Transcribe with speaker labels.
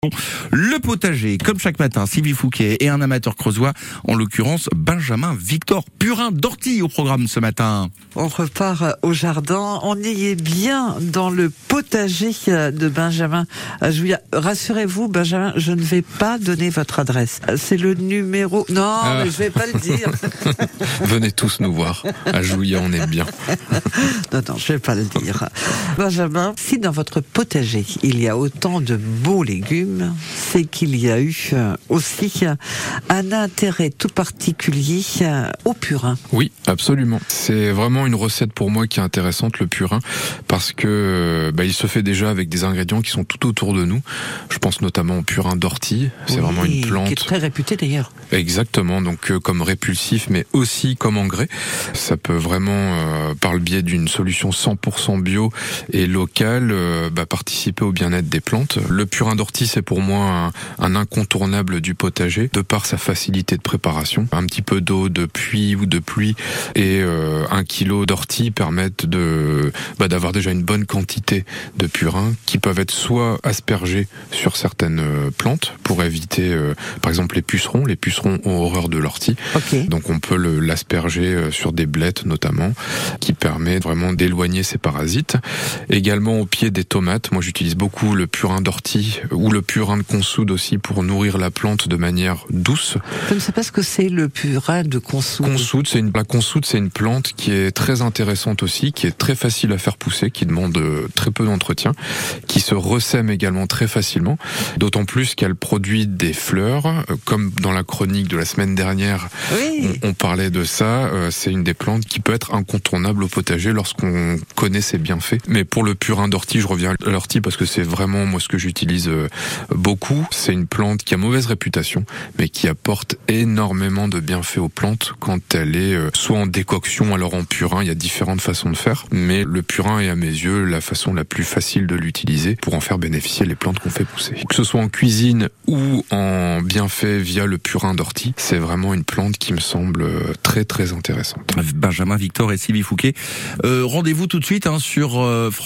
Speaker 1: Le potager, comme chaque matin, Sylvie Fouquet et un amateur creusois, en l'occurrence Benjamin Victor Purin d'Orty au programme ce matin.
Speaker 2: On repart au jardin, on y est bien dans le potager de Benjamin. Rassurez-vous Benjamin, je ne vais pas donner votre adresse. C'est le numéro... Non, mais je vais pas le dire.
Speaker 3: Venez tous nous voir. À Jouillat, on est bien.
Speaker 2: Non, je vais pas le dire. Benjamin, si dans votre potager, il y a autant de beaux légumes, c'est qu'il y a eu aussi un intérêt tout particulier au purin.
Speaker 3: Oui, absolument. C'est vraiment une recette pour moi qui est intéressante, le purin, parce que il se fait déjà avec des ingrédients qui sont tout autour de nous. Je pense notamment au purin d'ortie. C'est vraiment une plante
Speaker 2: qui est très réputée d'ailleurs.
Speaker 3: Exactement, donc comme répulsif, mais aussi comme engrais. Ça peut vraiment, par le biais d'une solution 100% bio et locale, participer au bien-être des plantes. Le purin d'ortie, c'est pour moi un incontournable du potager, de par sa facilité de préparation. Un petit peu d'eau de puits ou de pluie et 1 kilo d'ortie permettent d'avoir déjà une bonne quantité de purin qui peuvent être soit aspergés sur certaines plantes pour éviter, par exemple, les pucerons. Les pucerons ont horreur de l'ortie.
Speaker 2: Okay.
Speaker 3: Donc on peut l'asperger sur des blettes notamment, qui permet vraiment d'éloigner ces parasites. Également au pied des tomates, moi j'utilise beaucoup le purin d'ortie ou le purin de consoude aussi pour nourrir la plante de manière douce.
Speaker 2: Je ne sais pas ce que c'est le purin de consoude.
Speaker 3: La consoude, c'est une plante qui est très intéressante aussi, qui est très facile à faire pousser, qui demande très peu d'entretien, qui se ressème également très facilement, d'autant plus qu'elle produit des fleurs, comme dans la chronique de la semaine dernière, oui. on parlait de ça, c'est une des plantes qui peut être incontournable au potager lorsqu'on connaît ses bienfaits. Mais pour le purin d'ortie, je reviens à l'ortie parce que c'est vraiment moi ce que j'utilise beaucoup. C'est une plante qui a mauvaise réputation, mais qui apporte énormément de bienfaits aux plantes quand elle est soit en décoction, alors en purin. Il y a différentes façons de faire, mais le purin est à mes yeux la façon la plus facile de l'utiliser pour en faire bénéficier les plantes qu'on fait pousser. Que ce soit en cuisine ou en bienfait via le purin d'ortie, c'est vraiment une plante qui me semble très très intéressante.
Speaker 1: Benjamin Victor et Sylvie Fouquet. Rendez-vous tout de suite sur